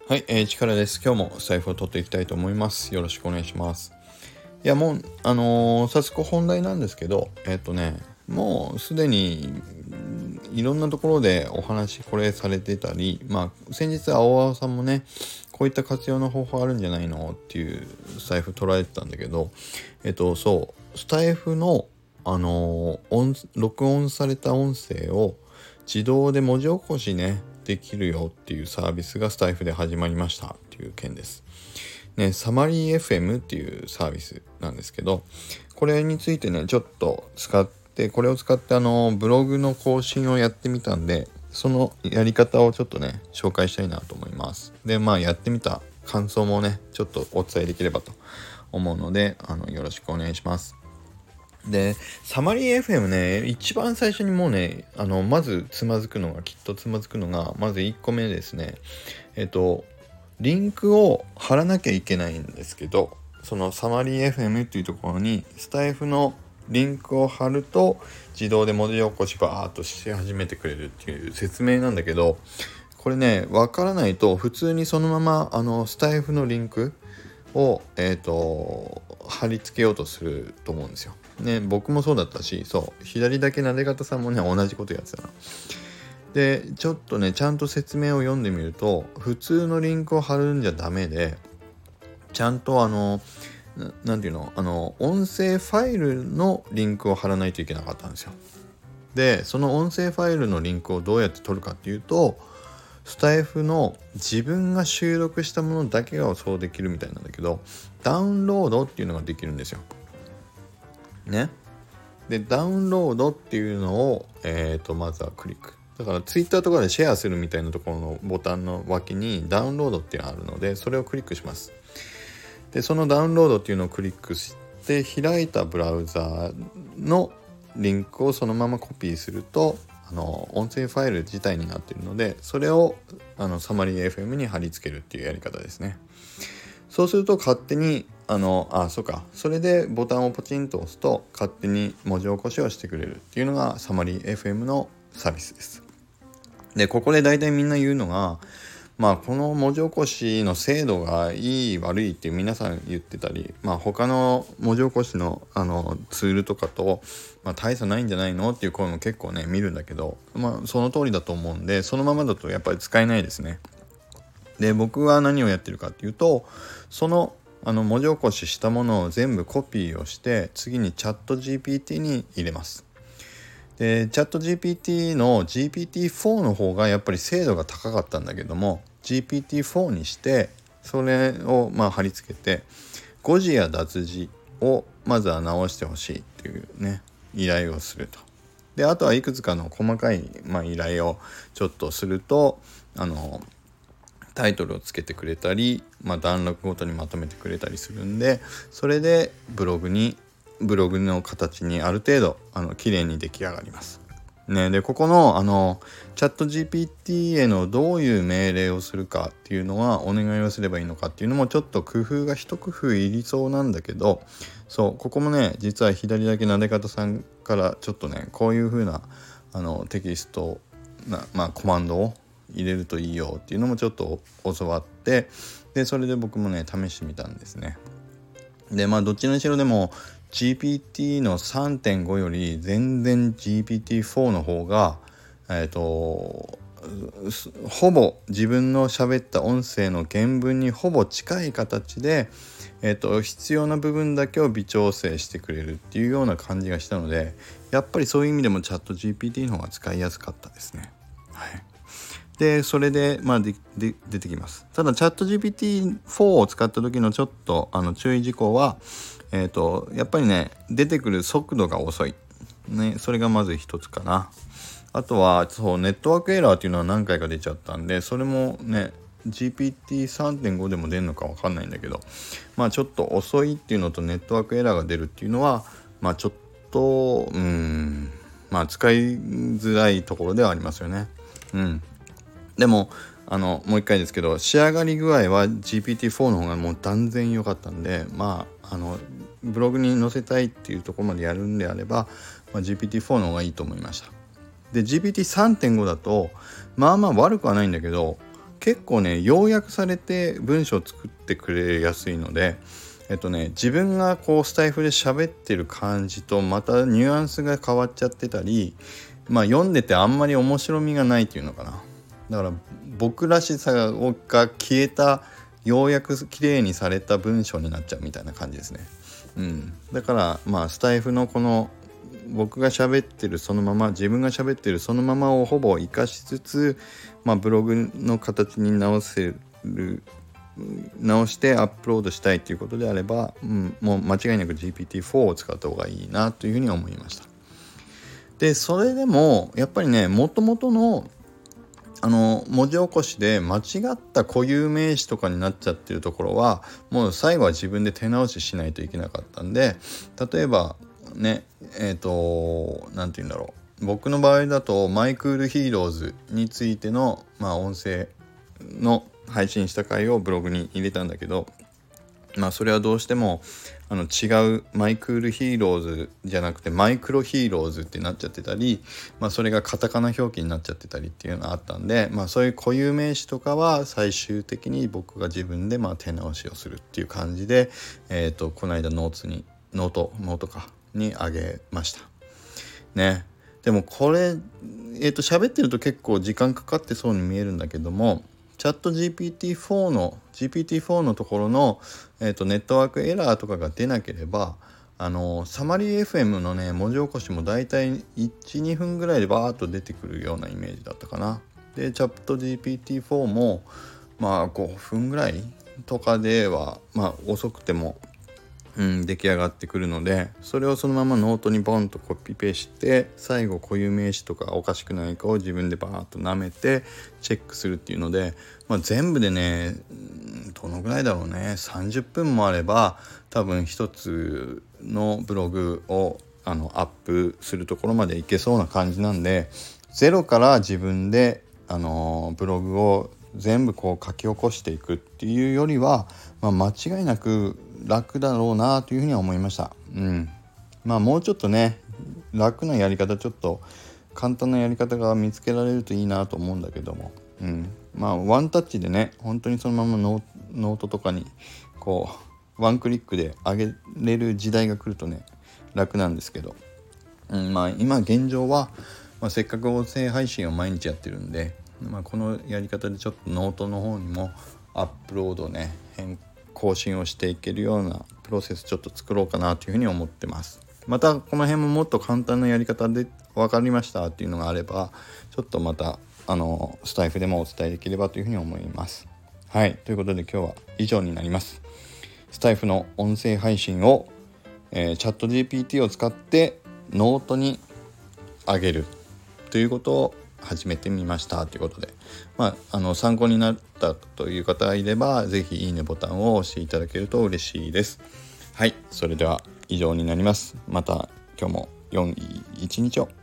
はい、力です。今日も財布を取っていきたいと思います。よろしくお願いします。いや、もう早速本題なんですけど、もうすでにいろんなところでお話これされてたり、先日青々さんもね、こういった活用の方法あるんじゃないのっていう財布捉えてたんだけど、スタイフの録音された音声を自動で文字起こしねできるよっていうサービスがスタイフで始まりましたっていう件ですね。サマリー FM っていうサービスなんですけど、これについてねちょっとこれを使ってブログの更新をやってみたんで、そのやり方をちょっとね紹介したいなと思います。でやってみた感想もねちょっとお伝えできればと思うのでよろしくお願いします。でサマリー FM ね、一番最初にもうねまずつまずくのがまず1個目ですね。リンクを貼らなきゃいけないんですけど、そのサマリー FM っていうところにスタイフのリンクを貼ると自動で文字起こしバーっとし始めてくれるっていう説明なんだけど、これねわからないと普通にそのままスタイフのリンクを貼り付けようとすると思うんですよね。僕もそうだったし、左だけなで方さんもね同じことやってたな。でちょっとねちゃんと説明を読んでみると、普通のリンクを貼るんじゃダメで、ちゃんとなんていうの音声ファイルのリンクを貼らないといけなかったんですよ。でその音声ファイルのリンクをどうやって取るかっていうと、スタイフの自分が収録したものだけがそうできるみたいなんだけど、ダウンロードっていうのができるんですよね。でダウンロードっていうのをまずはクリック。だからツイッターとかでシェアするみたいなところのボタンの脇にダウンロードっていうのがあるので、それをクリックします。でそのダウンロードっていうのをクリックして開いたブラウザーのリンクをそのままコピーすると音声ファイル自体になっているので、それをサマリー FM に貼り付けるっていうやり方ですね。そうすると勝手にそれでボタンをポチンと押すと勝手に文字起こしをしてくれるっていうのがサマリー FM のサービスです。でここで大体みんな言うのが、この文字起こしの精度がいい悪いって皆さん言ってたり、他の文字起こしのツールとかと、大差ないんじゃないのっていう声も結構ね見るんだけど、その通りだと思うんで、そのままだとやっぱり使えないですね。で僕は何をやってるかっていうと、その文字起こししたものを全部コピーをして次にチャット GPT に入れます。でチャット GPT の GPT-4 の方がやっぱり精度が高かったんだけども、 GPT-4 にしてそれを貼り付けて誤字や脱字をまずは直してほしいっていうね依頼をすると。であとはいくつかの細かい依頼をちょっとするとタイトルをつけてくれたり、段落ごとにまとめてくれたりするんで、それでブログの形にある程度綺麗に出来上がりますね。でここのチャット GPT へのどういう命令をするかっていうのは、お願いをすればいいのかっていうのもちょっと一工夫いりそうなんだけど、ここもね実は左だけなで方さんからちょっとねこういう風なテキストコマンドを入れるといいよっていうのもちょっと教わって、でそれで僕もね試してみたんですね。でどっちにしろでも GPT の 3.5 より全然 GPT-4 の方がほぼ自分の喋った音声の原文にほぼ近い形で、必要な部分だけを微調整してくれるっていうような感じがしたので、やっぱりそういう意味でもチャット GPT の方が使いやすかったですね。でそれで出てきます。ただチャット GPT-4 を使った時のちょっと注意事項はやっぱりね出てくる速度が遅いね。それがまず一つかな。あとはネットワークエラーっていうのは何回か出ちゃったんで、それもね GPT-3.5 でも出るのか分かんないんだけど、ちょっと遅いっていうのとネットワークエラーが出るっていうのはちょっと使いづらいところではありますよね。でももう一回ですけど、仕上がり具合は GPT-4 の方がもう断然良かったんで、ブログに載せたいっていうところまでやるんであれば、GPT-4 の方がいいと思いました。で GPT-3.5 だと悪くはないんだけど、 結構ね要約されて文章を作ってくれやすいので、自分がこうスタイフで喋ってる感じとまたニュアンスが変わっちゃってたり、読んでてあんまり面白みがないっていうのかな。だから僕らしさが消えた、ようやく綺麗にされた文章になっちゃうみたいな感じですね。だからスタイフのこの僕が喋ってるそのまま、自分が喋ってるそのままをほぼ活かしつつ、ブログの形に直してアップロードしたいということであれば、もう間違いなく GPT-4 を使った方がいいなというふうに思いました。でそれでもやっぱりね、元々の文字起こしで間違った固有名詞とかになっちゃってるところはもう最後は自分で手直ししないといけなかったんで、例えばねなんて言うんだろう、僕の場合だとマイクールヒーローズについての音声の配信した回をブログに入れたんだけど、それはどうしても違うマイクールヒーローズじゃなくてマイクロヒーローズってなっちゃってたり、それがカタカナ表記になっちゃってたりっていうのがあったんで、そういう固有名詞とかは最終的に僕が自分で手直しをするっていう感じで、この間ノートにあげましたね。でもこれ喋ってると結構時間かかってそうに見えるんだけども、チャット GPT-4 のところの、ネットワークエラーとかが出なければサマリー FM のね文字起こしもだいたい 1,2 分ぐらいでバーッと出てくるようなイメージだったかな。でチャット GPT-4 も5分ぐらいとかでは遅くても出来上がってくるので、それをそのままノートにボンとコピペして最後固有名詞とかおかしくないかを自分でバーッと舐めてチェックするっていうので、全部でねどのぐらいだろうね、30分もあれば多分一つのブログをアップするところまでいけそうな感じなんで、ゼロから自分でブログを全部こう書き起こしていくっていうよりは、間違いなく楽だろうなというふうには思いました。もうちょっとね楽なやり方、ちょっと簡単なやり方が見つけられるといいなと思うんだけども、ワンタッチでね本当にそのままノートとかにこうワンクリックで上げれる時代が来るとね楽なんですけど、今現状は、せっかく音声配信を毎日やってるんで、このやり方でちょっとノートの方にもアップロードね更新をしていけるようなプロセスちょっと作ろうかなというふうに思ってます。またこの辺ももっと簡単なやり方で分かりましたっていうのがあればちょっとまたスタイフでもお伝えできればというふうに思います。はい、ということで今日は以上になります。スタイフの音声配信を、チャット GPT を使ってノートに上げるということを始めてみましたということで、参考になったという方がいればぜひいいねボタンを押していただけると嬉しいです。はい、それでは以上になります。また今日も良い一日を。